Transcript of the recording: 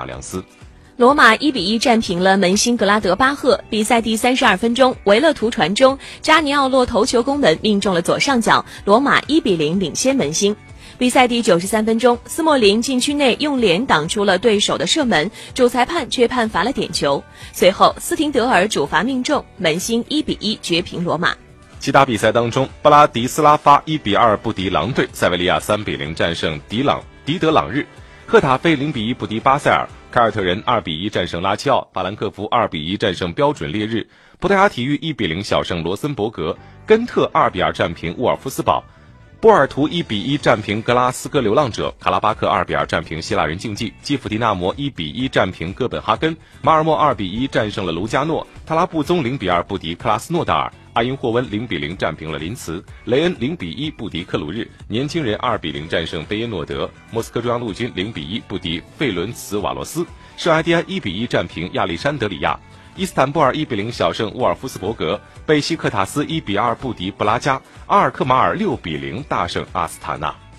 良斯。 罗马1-1战平了门兴格拉德巴赫。比赛第32分钟，维勒图传中，扎尼奥洛头球攻门命中了左上角，罗马1-0领先门兴。比赛第93分钟，斯莫林禁区内用脸挡出了对手的射门，主裁判却判罚了点球。随后斯廷德尔主罚命中，门兴1-1绝平罗马。 其他比赛当中，布拉迪斯拉发1-2不敌狼队，塞维利亚3-0战胜迪德朗日，赫塔菲0-1不敌巴塞尔，凯尔特人2-1战胜拉齐奥，法兰克福2-1战胜标准烈日，葡萄牙体育1-0小胜罗森伯格，根特2-2战平沃尔夫斯堡，波尔图1-1战平格拉斯哥流浪者，卡拉巴克2-2战平希腊人竞技，基辅迪纳摩1-1战平哥本哈根，马尔默2-1战胜了卢加诺，特拉布宗0-2不敌克拉斯诺达尔，阿因霍温0-0战平了林茨，雷恩0-1不敌克鲁日，年轻人2-0战胜贝耶诺德，莫斯科中央陆军0-1不敌费伦茨瓦洛斯，圣埃蒂安1-1战平亚历山德里亚，伊斯坦布尔1-0小胜沃尔夫斯伯格，贝西克塔斯1-2不敌布拉加，阿尔克马尔6-0大胜阿斯塔纳。